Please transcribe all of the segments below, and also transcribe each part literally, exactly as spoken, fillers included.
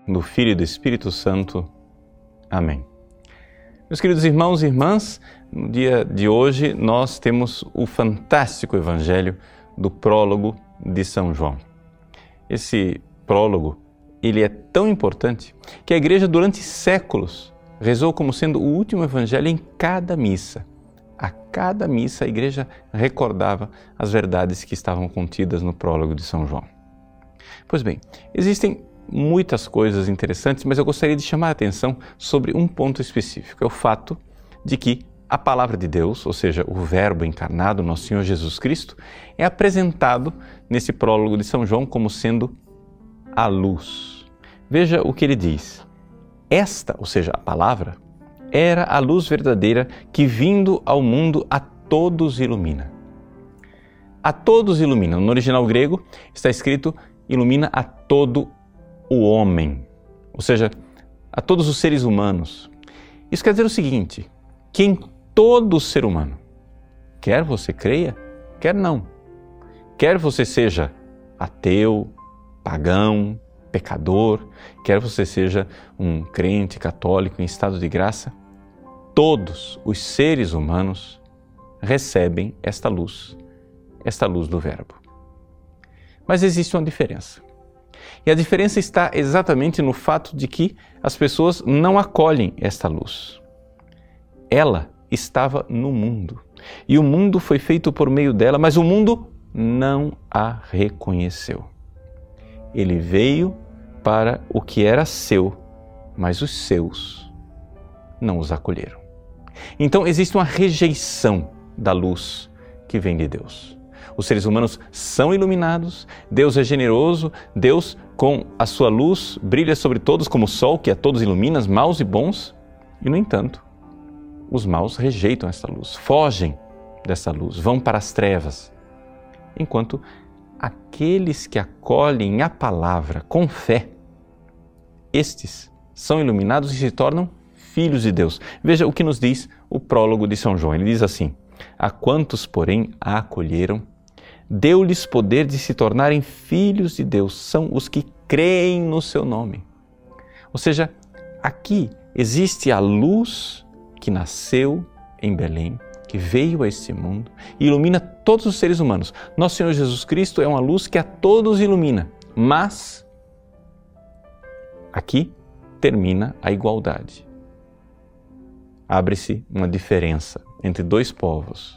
do Filho e do Espírito Santo. Amém. Meus queridos irmãos e irmãs, no dia de hoje nós temos o fantástico Evangelho do prólogo de São João. Esse prólogo, ele é tão importante que a Igreja durante séculos rezou como sendo o último Evangelho em cada missa. A cada missa a Igreja recordava as verdades que estavam contidas no prólogo de São João. Pois bem, existem muitas coisas interessantes, mas eu gostaria de chamar a atenção sobre um ponto específico. É o fato de que a Palavra de Deus, ou seja, o Verbo encarnado, nosso Senhor Jesus Cristo, é apresentado nesse prólogo de São João como sendo a luz. Veja o que ele diz. Esta, ou seja, a Palavra, era a luz verdadeira que, vindo ao mundo, a todos ilumina. A todos ilumina. No original grego está escrito ilumina a todo o homem, ou seja, a todos os seres humanos. Isso quer dizer o seguinte, que em todo ser humano, quer você creia, quer não, quer você seja ateu, pagão, pecador, quer você seja um crente católico em estado de graça, todos os seres humanos recebem esta luz, esta luz do Verbo. Mas existe uma diferença. E a diferença está exatamente no fato de que as pessoas não acolhem esta luz. Ela estava no mundo e o mundo foi feito por meio dela, mas o mundo não a reconheceu. Ele veio para o que era seu, mas os seus não os acolheram. Então existe uma rejeição da luz que vem de Deus. Os seres humanos são iluminados, Deus é generoso, Deus com a sua luz brilha sobre todos como o sol que a todos ilumina, os maus e bons, e no entanto, os maus rejeitam essa luz, fogem dessa luz, vão para as trevas, enquanto aqueles que acolhem a palavra com fé, estes são iluminados e se tornam filhos de Deus. Veja o que nos diz o prólogo de São João, ele diz assim, a quantos, porém, a acolheram, deu-lhes poder de se tornarem filhos de Deus, são os que creem no seu nome. Ou seja, aqui existe a luz que nasceu em Belém, que veio a este mundo e ilumina todos os seres humanos. Nosso Senhor Jesus Cristo é uma luz que a todos ilumina, mas aqui termina a igualdade. Abre-se uma diferença entre dois povos.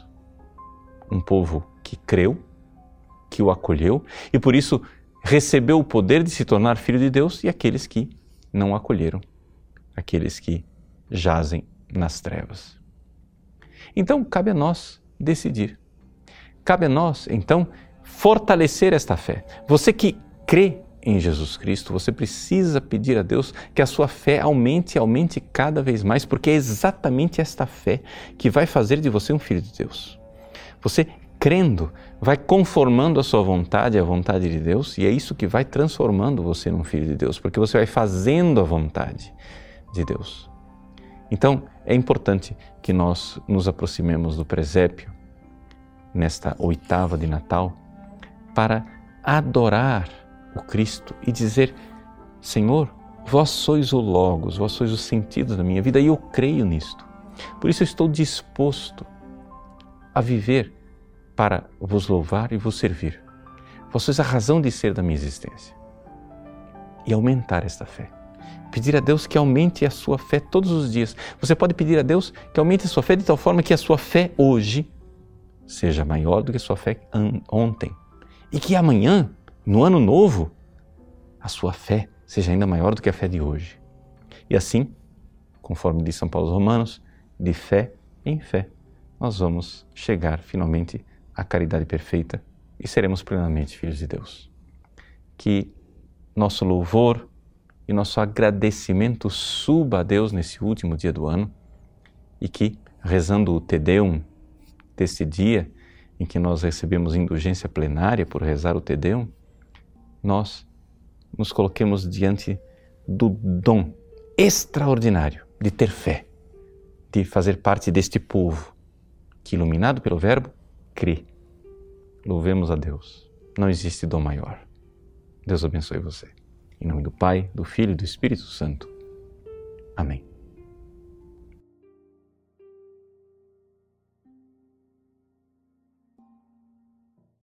Um povo que creu, que o acolheu e por isso recebeu o poder de se tornar filho de Deus e aqueles que não o acolheram, aqueles que jazem nas trevas. Então, cabe a nós decidir. Cabe a nós, então, fortalecer esta fé. Você que crê em Jesus Cristo, você precisa pedir a Deus que a sua fé aumente e aumente cada vez mais, porque é exatamente esta fé que vai fazer de você um filho de Deus. Você crendo, vai conformando a sua vontade à vontade de Deus e é isso que vai transformando você num filho de Deus, porque você vai fazendo a vontade de Deus. Então, é importante que nós nos aproximemos do presépio nesta oitava de Natal para adorar o Cristo e dizer, Senhor, vós sois o Logos, vós sois o sentido da minha vida e eu creio nisto. Por isso eu estou disposto a viver para vos louvar e vos servir. Vós sois a razão de ser da minha existência. E aumentar esta fé. Pedir a Deus que aumente a sua fé todos os dias. Você pode pedir a Deus que aumente a sua fé de tal forma que a sua fé hoje seja maior do que a sua fé ontem. E que amanhã, no ano novo, a sua fé seja ainda maior do que a fé de hoje. E assim, conforme diz São Paulo aos Romanos, de fé em fé, nós vamos chegar finalmente à caridade perfeita e seremos plenamente filhos de Deus. Que nosso louvor e nosso agradecimento suba a Deus nesse último dia do ano e que, rezando o Te Deum deste dia, em que nós recebemos indulgência plenária por rezar o Te Deum, nós nos coloquemos diante do dom extraordinário de ter fé, de fazer parte deste povo que, iluminado pelo Verbo, crê. Louvemos a Deus. Não existe dom maior. Deus abençoe você. Em nome do Pai, do Filho e do Espírito Santo. Amém.